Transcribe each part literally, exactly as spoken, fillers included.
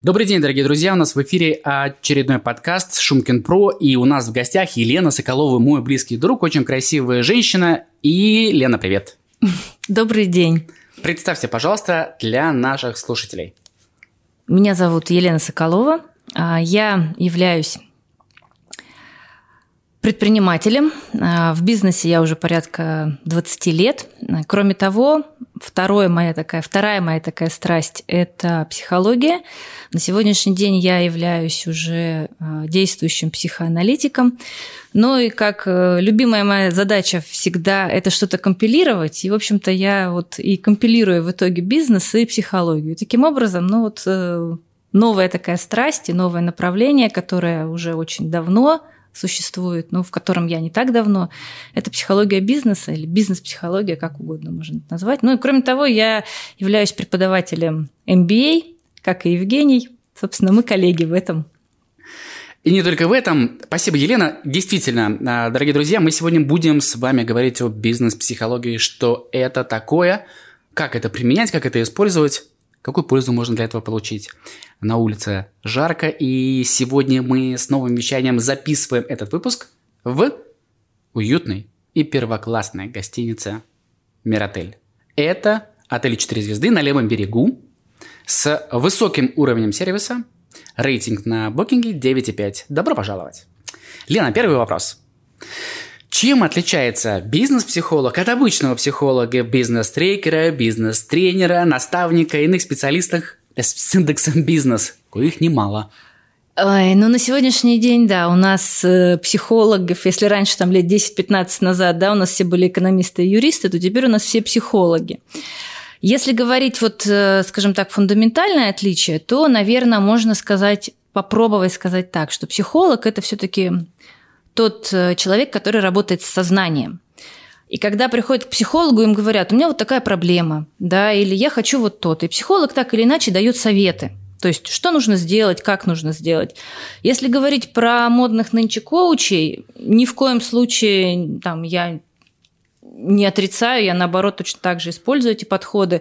Добрый день, дорогие друзья, у нас в эфире очередной подкаст Шумкин Про, и у нас в гостях Елена Соколова, мой близкий друг, очень красивая женщина. И, Лена, привет. Добрый день. Представься, пожалуйста, для наших слушателей. Меня зовут Елена Соколова, я являюсь предпринимателем. В бизнесе я уже порядка двадцать лет. Кроме того, второе моя такая, вторая моя такая страсть – это психология. На сегодняшний день я являюсь уже действующим психоаналитиком. Ну и как любимая моя задача всегда – это что-то компилировать. И, в общем-то, я вот и компилирую в итоге бизнес и психологию. Таким образом, ну вот новая такая страсть и новое направление, которое уже очень давно существует, но в котором я не так давно. Это психология бизнеса или бизнес-психология, как угодно можно назвать. Ну и кроме того, я являюсь преподавателем эм би эй, как и Евгений. Собственно, мы коллеги в этом. И не только в этом. Спасибо, Елена. Действительно, дорогие друзья, мы сегодня будем с вами говорить о бизнес-психологии, что это такое, как это применять, как это использовать, какую пользу можно для этого получить. На улице жарко, и сегодня мы с новым вещанием записываем этот выпуск в уютной и первоклассной гостинице «Миротель». Это отель четыре звезды на левом берегу с высоким уровнем сервиса, рейтинг на Booking девять и пять. Добро пожаловать. Лена, первый вопрос. Чем отличается бизнес-психолог от обычного психолога, бизнес-трекера, бизнес-тренера, наставника и иных специалистов с индексом бизнес, коих немало? Ой, ну, на сегодняшний день, да, у нас э, психологов, если раньше, там, лет десять-пятнадцать назад, да, у нас все были экономисты и юристы, то теперь у нас все психологи. Если говорить, вот, э, скажем так, фундаментальное отличие, то, наверное, можно сказать, попробовать сказать так, что психолог – это все-таки тот человек, который работает с сознанием. И когда приходят к психологу, им говорят, у меня вот такая проблема, да, или я хочу вот то-то. И психолог так или иначе дает советы. То есть, что нужно сделать, как нужно сделать. Если говорить про модных нынче коучей, ни в коем случае там, я не отрицаю, я, наоборот, точно так же использую эти подходы.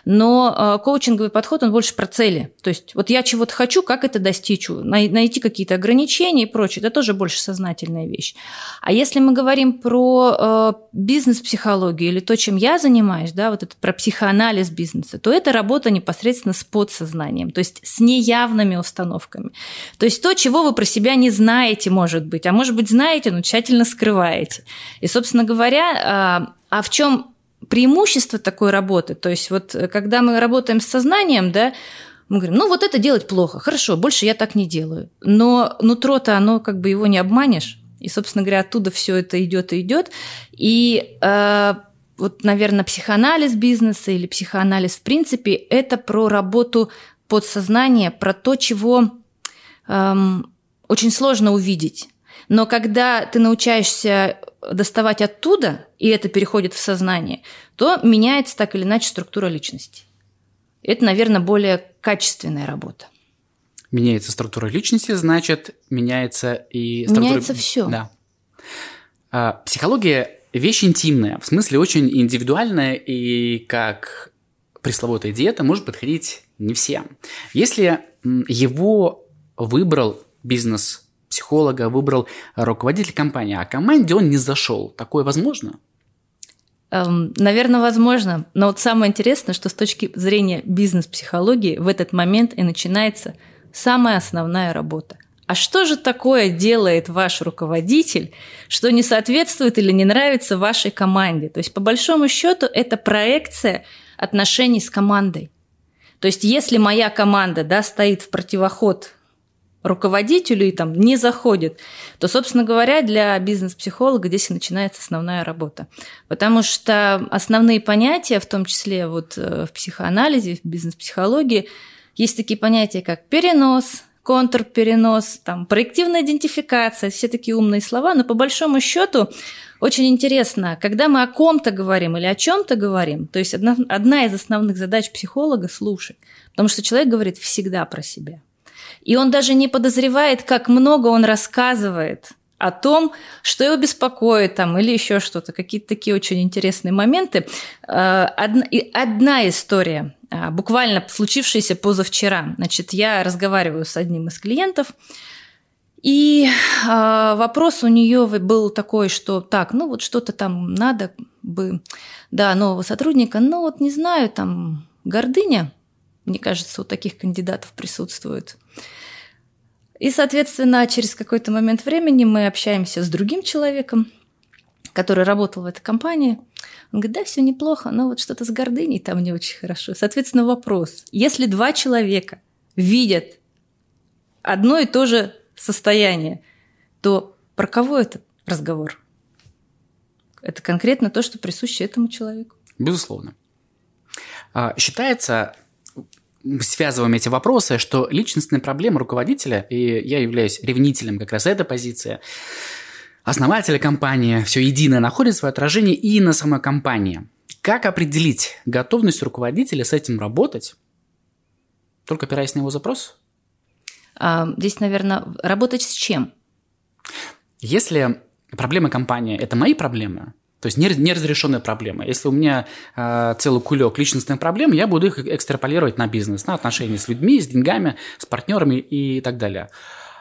Но коучинговый подход, он больше про цели. То есть, вот я чего-то хочу, как это достичь, найти какие-то ограничения и прочее. Это тоже больше сознательная вещь. А если мы говорим про бизнес-психологию или то, чем я занимаюсь, да, вот это про психоанализ бизнеса, то это работа непосредственно с подсознанием, то есть с неявными установками. То есть то, чего вы про себя не знаете, может быть, а может быть, знаете, но тщательно скрываете. И, собственно говоря, а в чем преимущество такой работы? То есть вот когда мы работаем с сознанием, да, мы говорим, ну вот это делать плохо, хорошо, больше я так не делаю. Но нутро-то, оно как бы его не обманешь. И, собственно говоря, оттуда все это идет и идет. И э, вот, наверное, психоанализ бизнеса или психоанализ в принципе – это про работу подсознания, про то, чего э, очень сложно увидеть. Но когда ты научаешься доставать оттуда, и это переходит в сознание, то меняется так или иначе структура личности. Это, наверное, более качественная работа. Меняется структура личности, значит, меняется и структура... Меняется все. Да. А, психология – вещь интимная, в смысле очень индивидуальная, и как пресловутая диета может подходить не всем. Если его выбрал бизнес психолога, выбрал руководитель компании, а команде он не зашел. Такое возможно? Эм, наверное, возможно. Но вот самое интересное, что с точки зрения бизнес-психологии в этот момент и начинается самая основная работа. А что же такое делает ваш руководитель, что не соответствует или не нравится вашей команде? То есть, по большому счету, это проекция отношений с командой. То есть, если моя команда, да, стоит в противоход руководителю и там не заходит, то, собственно говоря, для бизнес-психолога здесь и начинается основная работа. Потому что основные понятия, в том числе вот в психоанализе, в бизнес-психологии, есть такие понятия, как перенос, контрперенос, там, проективная идентификация, все такие умные слова, но по большому счету очень интересно, когда мы о ком-то говорим или о чем-то говорим, то есть одна, одна из основных задач психолога – слушать, потому что человек говорит всегда про себя. И он даже не подозревает, как много он рассказывает о том, что его беспокоит там, или еще что-то, какие-то такие очень интересные моменты. Одна, одна история, буквально случившаяся позавчера. Значит, я разговариваю с одним из клиентов, и вопрос у нее был такой, что так, ну вот что-то там надо бы, да, нового сотрудника, но вот не знаю, там гордыня, мне кажется, у таких кандидатов присутствует. И, соответственно, через какой-то момент времени мы общаемся с другим человеком, который работал в этой компании. Он говорит, да, все неплохо, но вот что-то с гордыней там не очень хорошо. Соответственно, вопрос. Если два человека видят одно и то же состояние, то про кого этот разговор? Это конкретно то, что присуще этому человеку. Безусловно. Считается... связываем эти вопросы, что личностные проблемы руководителя, и я являюсь ревнителем как раз этой позиции, основателя компании, все единое находит свое отражение и на самой компании. Как определить готовность руководителя с этим работать? Только опираясь на его запрос? А, здесь, наверное, работать с чем? Если проблемы компании – это мои проблемы, то есть неразрешенная проблема. Если у меня э, целый кулек личностных проблем, я буду их экстраполировать на бизнес, на отношения с людьми, с деньгами, с партнерами и так далее.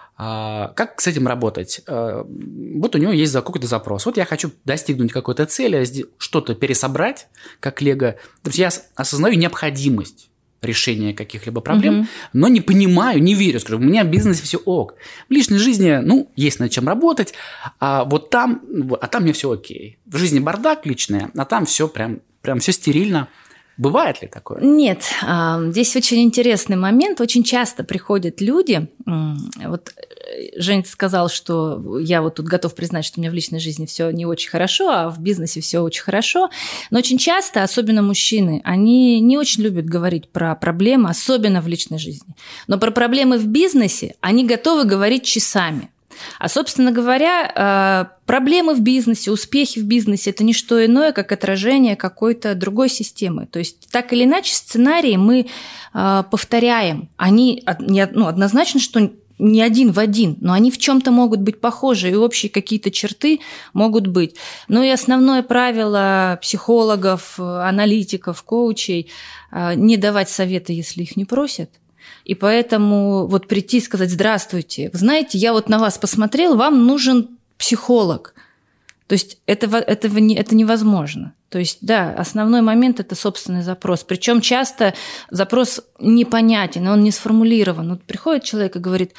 А, как с этим работать? А, вот у него есть какой-то запрос. Вот я хочу достигнуть какой-то цели, что-то пересобрать, как лего. То есть я осознаю необходимость решения каких-либо проблем, угу. но не понимаю, не верю. Скажу, у меня в бизнесе все ок. В личной жизни, ну, есть над чем работать, а вот там, а там мне все окей. В жизни бардак личный, а там все прям, прям все стерильно. Бывает ли такое? Нет, здесь очень интересный момент. Очень часто приходят люди, вот Жень сказал, что я вот тут готов признать, что у меня в личной жизни все не очень хорошо, а в бизнесе все очень хорошо. Но очень часто, особенно мужчины, они не очень любят говорить про проблемы, особенно в личной жизни. Но про проблемы в бизнесе они готовы говорить часами. А, собственно говоря, проблемы в бизнесе, успехи в бизнесе – это не что иное, как отражение какой-то другой системы. То есть, так или иначе, сценарии мы повторяем. Они, ну, однозначно, что не один в один, но они в чем-то могут быть похожи, и общие какие-то черты могут быть. Ну и основное правило психологов, аналитиков, коучей – не давать советы, если их не просят. И поэтому вот прийти и сказать: здравствуйте, вы знаете, я вот на вас посмотрел, вам нужен психолог. То есть этого, этого не, это невозможно. То есть, да, основной момент – это собственный запрос. Причем часто запрос непонятен, он не сформулирован. Вот приходит человек и говорит: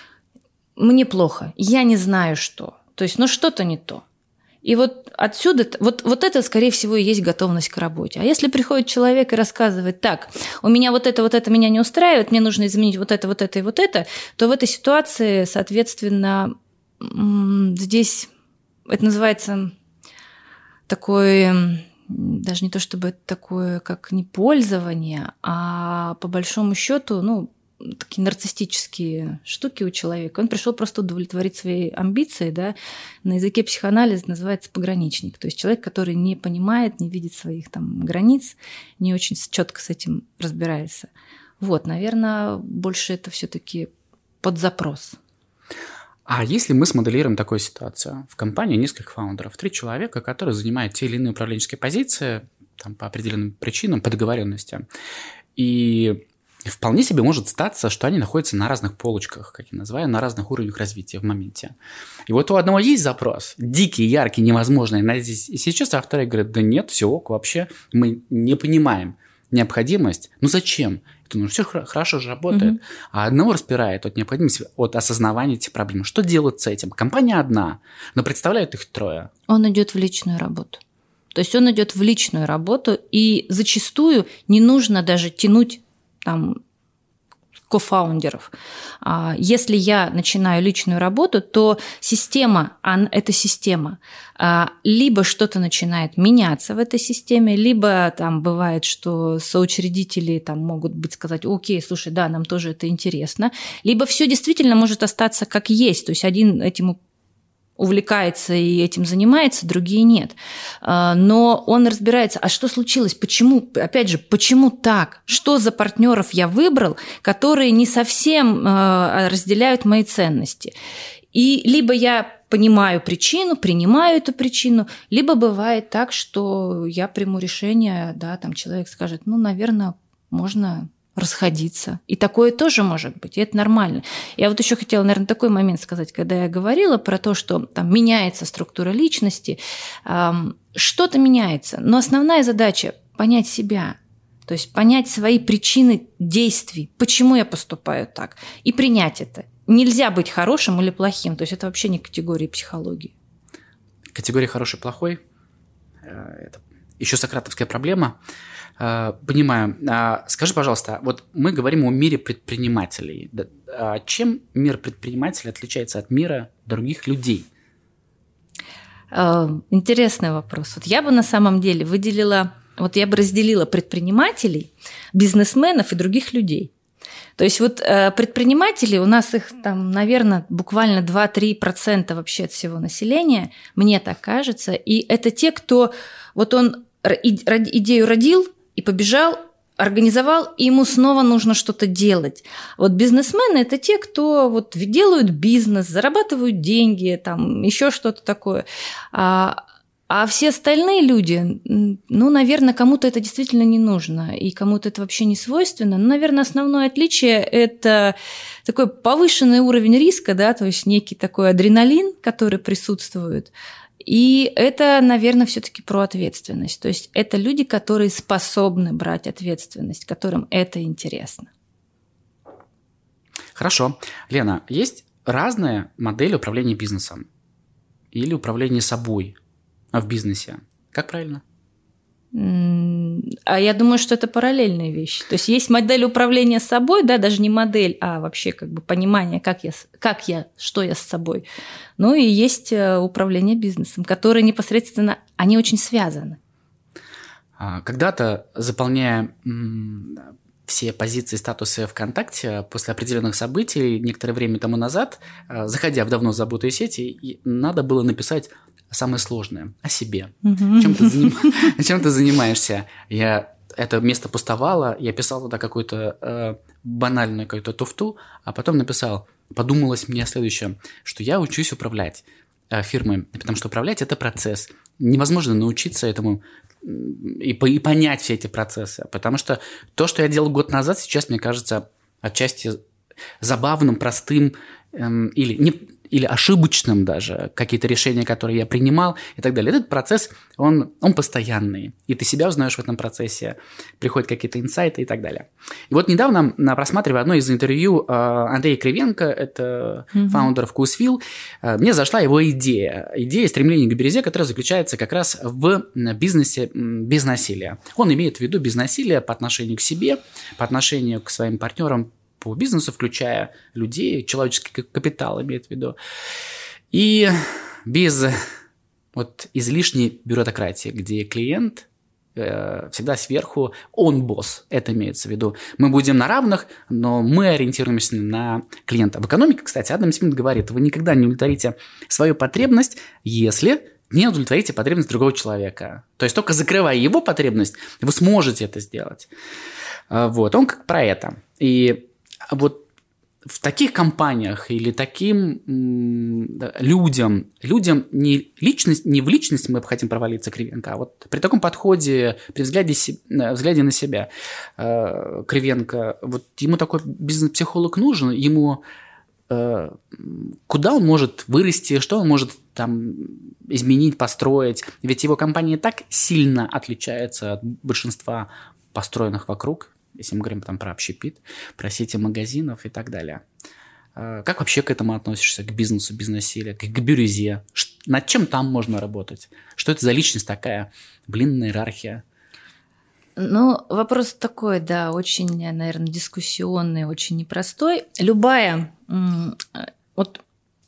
мне плохо, я не знаю что. То есть, ну что-то не то. И вот отсюда, вот, вот это, скорее всего, и есть готовность к работе. А если приходит человек и рассказывает: так, у меня вот это, вот это меня не устраивает, мне нужно изменить вот это, вот это и вот это, то в этой ситуации, соответственно, здесь это называется такое, даже не то чтобы это такое, как не пользование, а по большому счету, ну, такие нарциссические штуки у человека. Он пришел просто удовлетворить свои амбиции, да, на языке психоанализа называется пограничник. То есть человек, который не понимает, не видит своих там границ, не очень четко с этим разбирается. Вот, наверное, больше это все-таки под запрос. А если мы смоделируем такую ситуацию? В компании несколько фаундеров, три человека, которые занимают те или иные управленческие позиции там, по определенным причинам, по договоренности. И вполне себе может статься, что они находятся на разных полочках, как я называю, на разных уровнях развития в моменте. И вот у одного есть запрос, дикий, яркий, невозможный, найти и сейчас, а второй говорит: да нет, все ок, вообще мы не понимаем необходимость. Ну зачем? Это, ну, все хорошо же работает. Mm-hmm. А одного распирает от необходимости, от осознавания этих проблем. Что делать с этим? Компания одна, но представляют их трое. Он идет в личную работу. То есть он идет в личную работу, и зачастую не нужно даже тянуть там кофаундеров. Если я начинаю личную работу, то система, это система, либо что-то начинает меняться в этой системе, либо там бывает, что соучредители там могут быть сказать: окей, слушай, да, нам тоже это интересно, либо все действительно может остаться как есть, то есть один этим увлекается и этим занимается, другие нет. Но он разбирается, а что случилось, почему, опять же, почему так, что за партнеров я выбрал, которые не совсем разделяют мои ценности. И либо я понимаю причину, принимаю эту причину, либо бывает так, что я приму решение, да, там человек скажет, ну, наверное, можно расходиться. И такое тоже может быть, и это нормально. Я вот еще хотела, наверное, такой момент сказать, когда я говорила про то, что там меняется структура личности, эм, что-то меняется, но основная задача – понять себя, то есть понять свои причины действий, почему я поступаю так, и принять это. Нельзя быть хорошим или плохим, то есть это вообще не категория психологии. Категория хороший-плохой – это еще сократовская проблема. Понимаю. Скажи, пожалуйста, вот мы говорим о мире предпринимателей. Чем мир предпринимателей отличается от мира других людей? Интересный вопрос. Вот я бы на самом деле выделила, вот я бы разделила предпринимателей, бизнесменов и других людей. То есть вот предприниматели, у нас их там, наверное, буквально два-три процента вообще от всего населения, мне так кажется, и это те, кто вот он идею родил, и побежал, организовал, и ему снова нужно что-то делать. Вот бизнесмены – это те, кто вот делают бизнес, зарабатывают деньги, там еще что-то такое. А, а все остальные люди, ну, наверное, кому-то это действительно не нужно, и кому-то это вообще не свойственно. Но, наверное, основное отличие – это такой повышенный уровень риска, да, то есть некий такой адреналин, который присутствует. И это, наверное, все-таки про ответственность. То есть это люди, которые способны брать ответственность, которым это интересно. Хорошо. Лена, есть разные модели управления бизнесом или управления собой в бизнесе. Как правильно? А я думаю, что это параллельные вещи. То есть есть модель управления собой, да, даже не модель, а вообще как бы понимание, как я, как я, что я с собой. Ну и есть управление бизнесом, которые непосредственно, они очень связаны. Когда-то, заполняя все позиции, статусы ВКонтакте, после определенных событий, некоторое время тому назад, заходя в давно забытые сети, надо было написать самое сложное – о себе. Mm-hmm. Чем, ты заним... Чем ты занимаешься? Я... Это место пустовало, я писал туда какую-то э, банальную какую-то туфту, а потом написал, подумалось мне следующее, что я учусь управлять э, фирмой, потому что управлять – это процесс. Невозможно научиться этому и, по... и понять все эти процессы, потому что то, что я делал год назад, сейчас, мне кажется, отчасти забавным, простым эм, или не... или ошибочным даже, какие-то решения, которые я принимал и так далее. Этот процесс, он, он постоянный, и ты себя узнаешь в этом процессе, приходят какие-то инсайты и так далее. И вот недавно, просматривая одно из интервью Андрея Кривенко, это mm-hmm. фаундер Вкусвилл, мне зашла его идея, идея стремления к бирюзе, которая заключается как раз в бизнесе без насилия. Он имеет в виду без насилия по отношению к себе, по отношению к своим партнерам, по бизнесу, включая людей, человеческий капитал имеет в виду. И без вот излишней бюрократии, где клиент э, всегда сверху, он босс, это имеется в виду. Мы будем на равных, но мы ориентируемся на клиента. В экономике, кстати, Адам Смит говорит, вы никогда не удовлетворите свою потребность, если не удовлетворите потребность другого человека. То есть только закрывая его потребность, вы сможете это сделать. Вот, он как про это. И вот в таких компаниях или таким м, людям, людям не, личность, не в личность мы хотим провалиться, Кривенко, а вот при таком подходе, при взгляде, взгляде на себя э, Кривенко, вот ему такой бизнес-психолог нужен, ему э, куда он может вырасти, что он может там изменить, построить, ведь его компания так сильно отличается от большинства построенных вокруг. Если мы говорим там про общепит, про сети магазинов и так далее. Как вообще к этому относишься, к бизнесу без насилия, к бирюзе? Над чем там можно работать? Что это за личность такая? Блин, иерархия. Ну, вопрос такой, да, очень, наверное, дискуссионный, очень непростой. Любая... Вот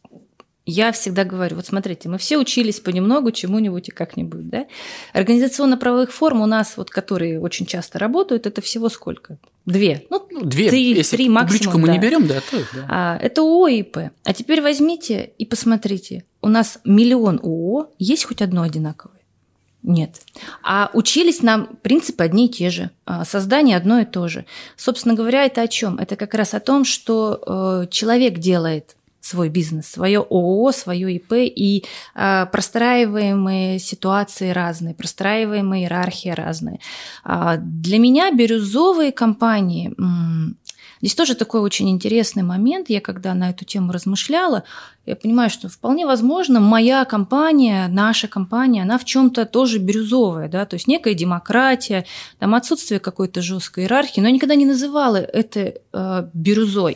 я всегда говорю, вот смотрите, мы все учились понемногу чему-нибудь и как-нибудь, да? Организационно-правовых форм у нас, вот, которые очень часто работают, это всего сколько? Две. Ну, Две, три, если три максимум. Публичку мы да. не берем, да, то да. А, это ООО и ИП. А теперь возьмите и посмотрите, у нас миллион ООО, есть хоть одно одинаковое? Нет. А учились нам принципы одни и те же, создание одно и то же. Собственно говоря, это о чем? Это как раз о том, что человек делает свой бизнес, свое ООО, свое ИП, и э, простраиваемые ситуации разные, простраиваемые иерархии разные. А для меня бирюзовые компании... М- Здесь тоже такой очень интересный момент. Я когда на эту тему размышляла, я понимаю, что вполне возможно, моя компания, наша компания, она в чем-то тоже бирюзовая, да, то есть некая демократия, там отсутствие какой-то жесткой иерархии, но я никогда не называла это э, бирюзой.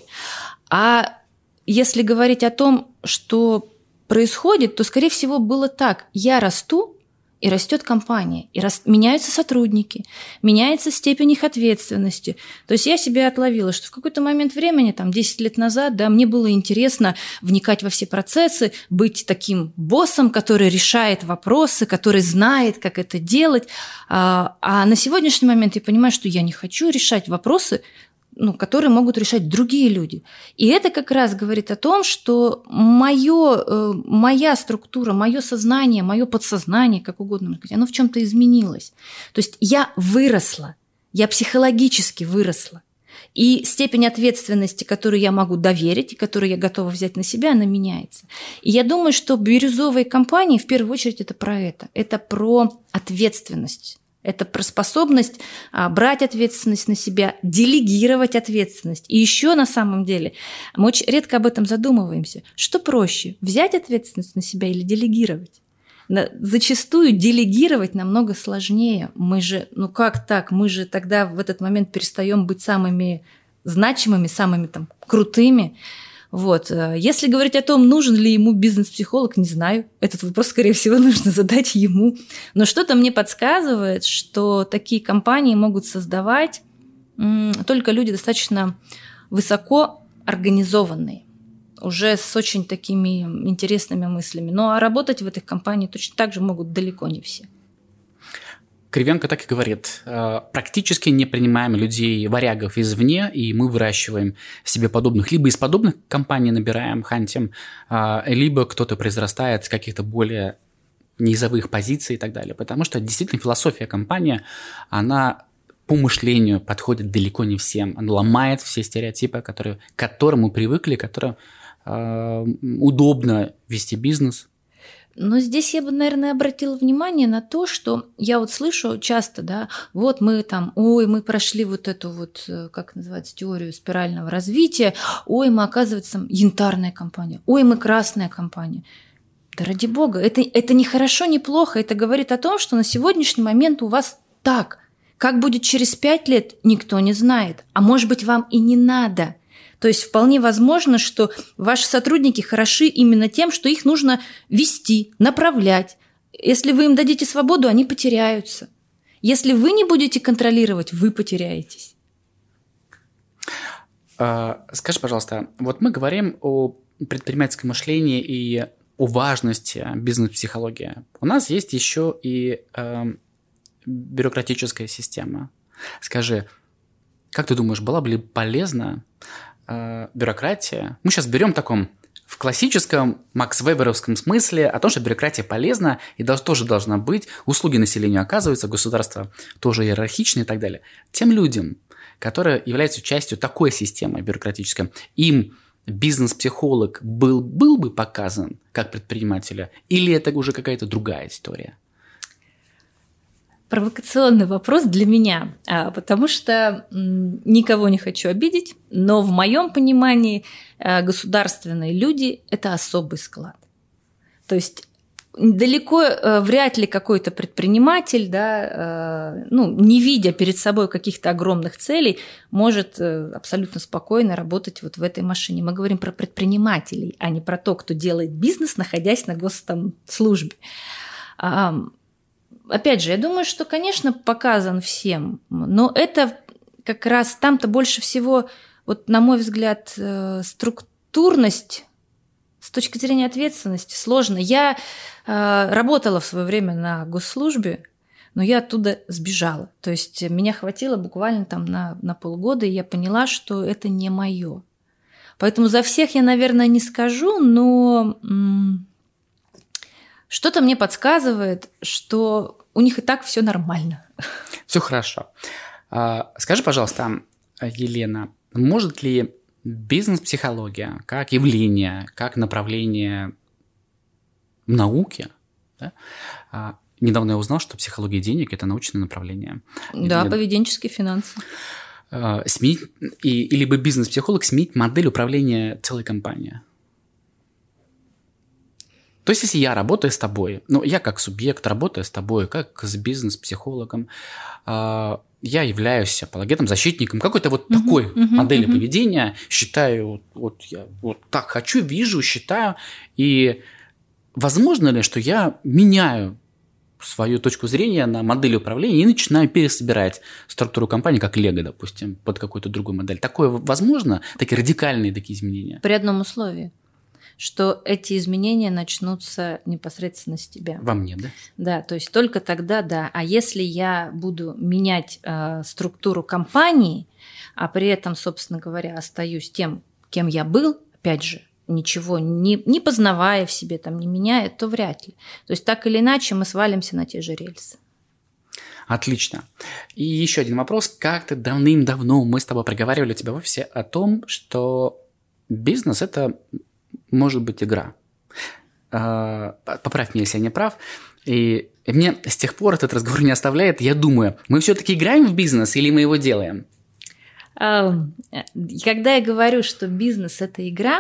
А если говорить о том, что происходит, то, скорее всего, было так. Я расту, и растет компания, и рас... меняются сотрудники, меняется степень их ответственности. То есть я себя отловила, что в какой-то момент времени, там, десять лет назад, да, мне было интересно вникать во все процессы, быть таким боссом, который решает вопросы, который знает, как это делать. А, а на сегодняшний момент я понимаю, что я не хочу решать вопросы, ну, которые могут решать другие люди. И это как раз говорит о том, что моё, моя структура, мое сознание, мое подсознание, как угодно сказать, оно в чем-то изменилось. То есть я выросла, я психологически выросла. И степень ответственности, которую я могу доверить, и которую я готова взять на себя, она меняется. И я думаю, что бирюзовые компании, в первую очередь, это про это. Это про ответственность. Это про способность а, брать ответственность на себя, делегировать ответственность. И еще на самом деле мы очень редко об этом задумываемся. Что проще, взять ответственность на себя или делегировать? Зачастую делегировать намного сложнее. Мы же, ну как так? Мы же тогда в этот момент перестаем быть самыми значимыми, самыми там крутыми. Вот. Если говорить о том, нужен ли ему бизнес-психолог, не знаю. Этот вопрос, скорее всего, нужно задать ему. Но что-то мне подсказывает, что такие компании могут создавать только люди достаточно высоко организованные, уже с очень такими интересными мыслями. Ну а работать в этой компании точно так же могут далеко не все. Кривенко так и говорит, практически не принимаем людей, варягов извне, и мы выращиваем себе подобных. Либо из подобных компаний набираем, хантим, либо кто-то произрастает с каких-то более низовых позиций и так далее. Потому что действительно философия компании, она по мышлению подходит далеко не всем. Она ломает все стереотипы, которые, к которым мы привыкли, к которым э, удобно вести бизнес. Но здесь я бы, наверное, обратила внимание на то, что я вот слышу часто, да, вот мы там, ой, мы прошли вот эту вот, как называется, теорию спирального развития, ой, мы, оказывается, янтарная компания, ой, мы красная компания. Да ради бога, это, это не хорошо, не плохо, это говорит о том, что на сегодняшний момент у вас так. Как будет через пять лет, никто не знает, а может быть, вам и не надо. То есть вполне возможно, что ваши сотрудники хороши именно тем, что их нужно вести, направлять. Если вы им дадите свободу, они потеряются. Если вы не будете контролировать, вы потеряетесь. Скажи, пожалуйста, вот мы говорим о предпринимательском мышлении и о важности бизнес-психологии. У нас есть еще и э, бюрократическая система. Скажи, как ты думаешь, была бы ли полезна бюрократия? Мы сейчас берем в таком в классическом Макс Веберовском смысле о том, что бюрократия полезна и даже, тоже должна быть, услуги населению оказываются, государство тоже иерархичное и так далее. Тем людям, которые являются частью такой системы бюрократической, им бизнес-психолог был, был бы показан как предпринимателя, или это уже какая-то другая история? Провокационный вопрос для меня, потому что никого не хочу обидеть, но в моем понимании государственные люди – это особый склад. То есть далеко вряд ли какой-то предприниматель, да, ну, не видя перед собой каких-то огромных целей, может абсолютно спокойно работать вот в этой машине. Мы говорим про предпринимателей, а не про то, кто делает бизнес, находясь на госслужбе. Опять же, я думаю, что, конечно, показан всем, но это как раз там-то больше всего, вот, на мой взгляд, структурность с точки зрения ответственности сложно. Я э, работала в свое время на госслужбе, но я оттуда сбежала. То есть меня хватило буквально там на, на полгода, и я поняла, что это не мое. Поэтому за всех я, наверное, не скажу, но м- что-то мне подсказывает, что у них и так все нормально. Все хорошо. Скажи, пожалуйста, Елена, может ли бизнес-психология как явление, как направление науки, да? а, недавно я узнал, что психология денег – это научное направление. Да, и, поведенческие финансы. А, сменить, и, и либо бизнес-психолог сменить модель управления целой компанией. То есть, если я работаю с тобой, ну, я как субъект работаю с тобой, как с бизнес-психологом, э, я являюсь апологетом, защитником какой-то вот uh-huh, такой uh-huh, модели uh-huh. поведения, считаю, вот, вот я вот так хочу, вижу, считаю, и возможно ли, что я меняю свою точку зрения на модель управления и начинаю пересобирать структуру компании, как Лего, допустим, под какую-то другую модель. Такое возможно? Такие радикальные такие изменения? При одном условии, что эти изменения начнутся непосредственно с тебя. Во мне, да? Да, то есть только тогда, да. А если я буду менять э, структуру компании, а при этом, собственно говоря, остаюсь тем, кем я был, опять же, ничего не, не познавая в себе, там, не меняя, то вряд ли. То есть так или иначе мы свалимся на те же рельсы. Отлично. И еще один вопрос. Как-то давным-давно мы с тобой проговаривали у тебя в офисе о том, что бизнес – это может быть игра. Поправь меня, если я не прав. И мне с тех пор этот разговор не оставляет. Я думаю, мы все-таки играем в бизнес или мы его делаем? Когда я говорю, что бизнес – это игра,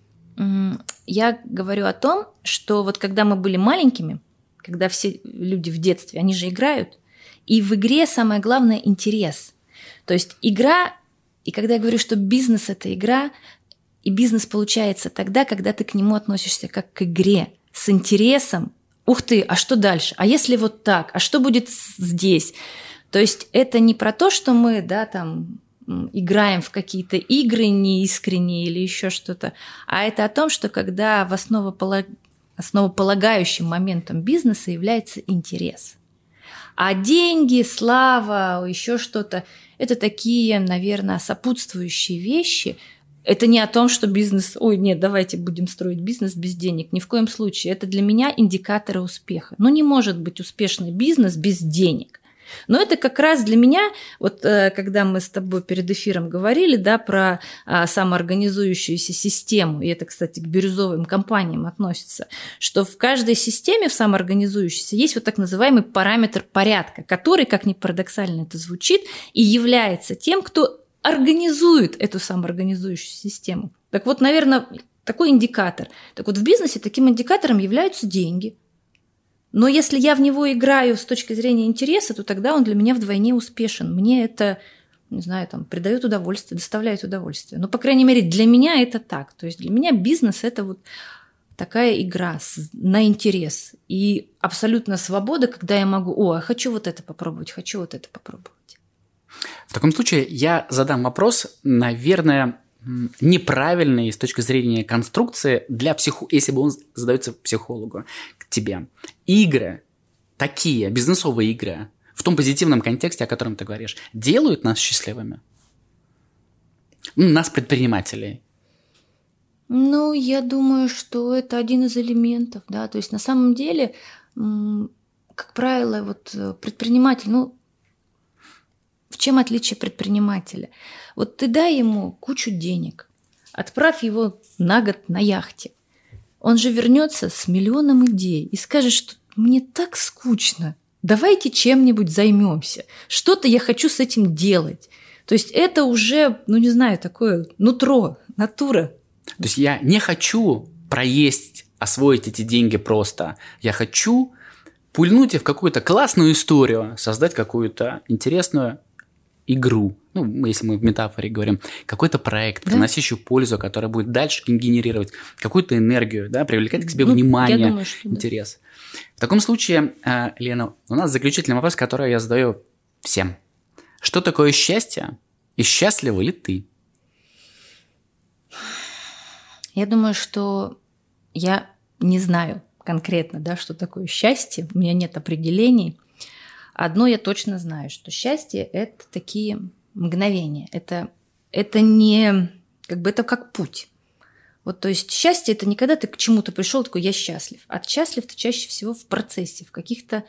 я говорю о том, что вот когда мы были маленькими, когда все люди в детстве, они же играют, и в игре самое главное – интерес. То есть игра, и когда я говорю, что бизнес – это игра, и бизнес получается тогда, когда ты к нему относишься как к игре, с интересом. Ух ты, а что дальше? А если вот так? А что будет здесь? То есть это не про то, что мы, да, там, играем в какие-то игры неискренние или еще что-то, а это о том, что когда в основополаг... основополагающим моментом бизнеса является интерес. А деньги, слава, еще что-то – это такие, наверное, сопутствующие вещи. Это не о том, что бизнес, ой, нет, давайте будем строить бизнес без денег. Ни в коем случае. Это для меня индикаторы успеха. Ну, не может быть успешный бизнес без денег. Но это как раз для меня, вот когда мы с тобой перед эфиром говорили, да, про самоорганизующуюся систему, и это, кстати, к бирюзовым компаниям относится, что в каждой системе в самоорганизующейся есть вот так называемый параметр порядка, который, как ни парадоксально это звучит, и является тем, кто организует эту самоорганизующуюся систему. Так вот, наверное, такой индикатор. Так вот, в бизнесе таким индикатором являются деньги. Но если я в него играю с точки зрения интереса, то тогда он для меня вдвойне успешен. Мне это, не знаю, там, придает удовольствие, доставляет удовольствие. Но, по крайней мере, для меня это так. То есть для меня бизнес – это вот такая игра на интерес. И абсолютно свобода, когда я могу, о, я хочу вот это попробовать, хочу вот это попробовать. В таком случае я задам вопрос, наверное, неправильный с точки зрения конструкции для психо... если бы он задается психологу, к тебе. Игры, такие бизнесовые игры, в том позитивном контексте, о котором ты говоришь, делают нас счастливыми? Нас, предпринимателей. Ну, я думаю, что это один из элементов, да, то есть на самом деле, как правило, вот предприниматель, ну, в чем отличие предпринимателя? Вот ты дай ему кучу денег, отправь его на год на яхте. Он же вернется с миллионом идей и скажет, что мне так скучно, давайте чем-нибудь займемся. Что-то я хочу с этим делать. То есть это уже, ну не знаю, такое нутро, натура. То есть я не хочу проесть, освоить эти деньги просто. Я хочу пульнуть в какую-то классную историю, создать какую-то интересную игру, ну, если мы в метафоре говорим, какой-то проект, да? Приносящий пользу, который будет дальше генерировать какую-то энергию, да, привлекать к себе ну, внимание, думаю, интерес. Да. В таком случае, Лена, у нас заключительный вопрос, который я задаю всем. Что такое счастье? И счастлива ли ты? Я думаю, что я не знаю конкретно, да, что такое счастье. У меня нет определений. Одно я точно знаю, что счастье – это такие мгновения. Это, это не… как бы это как путь. Вот, то есть счастье – это не когда ты к чему-то пришел, такой «я счастлив». А счастлив ты чаще всего в процессе, в каких-то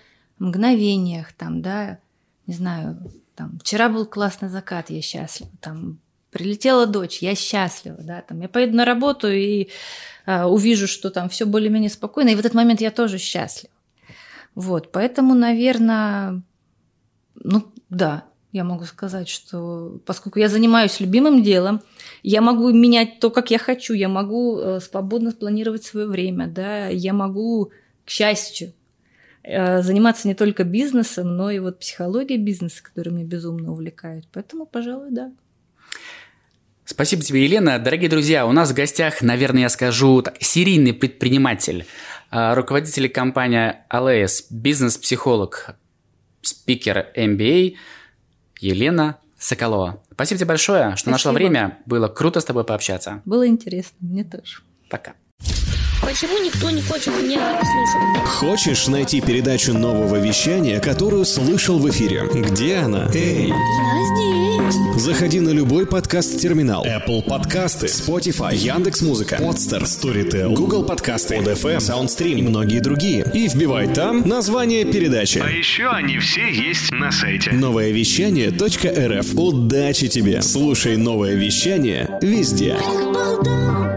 мгновениях, там, да, не знаю, там, вчера был классный закат, я счастлива, там, Прилетела дочь, я счастлива, да, там, я поеду на работу и а, увижу, что там все более-менее спокойно, и в этот момент я тоже счастлива. Вот, поэтому, наверное, ну, да, я могу сказать, что поскольку я занимаюсь любимым делом, я могу менять то, как я хочу, я могу свободно спланировать свое время, да, я могу, к счастью, заниматься не только бизнесом, но и вот психологией бизнеса, которая меня безумно увлекает. Поэтому, пожалуй, да. Спасибо тебе, Елена. Дорогие друзья, у нас в гостях, наверное, я скажу, так, серийный предприниматель, руководитель компании Алэйс, бизнес-психолог, спикер эм би эй Елена Соколова. Спасибо тебе большое, что Спасибо. Нашла время. Было круто с тобой пообщаться. Было интересно, мне тоже. Пока. Почему никто не хочет меня слушать? Хочешь найти передачу нового вещания, которую слышал в эфире? Где она? Эй! Я здесь. Заходи на любой подкаст-терминал. Apple подкасты, Spotify, Яндекс.Музыка, Podster, Storytel, Google подкасты, Pod эф эм, Soundstream и многие другие. И вбивай там название передачи. А еще они все есть на сайте. новое вещание точка эр эф. Удачи тебе! Слушай новое вещание везде. Эх, Богдан.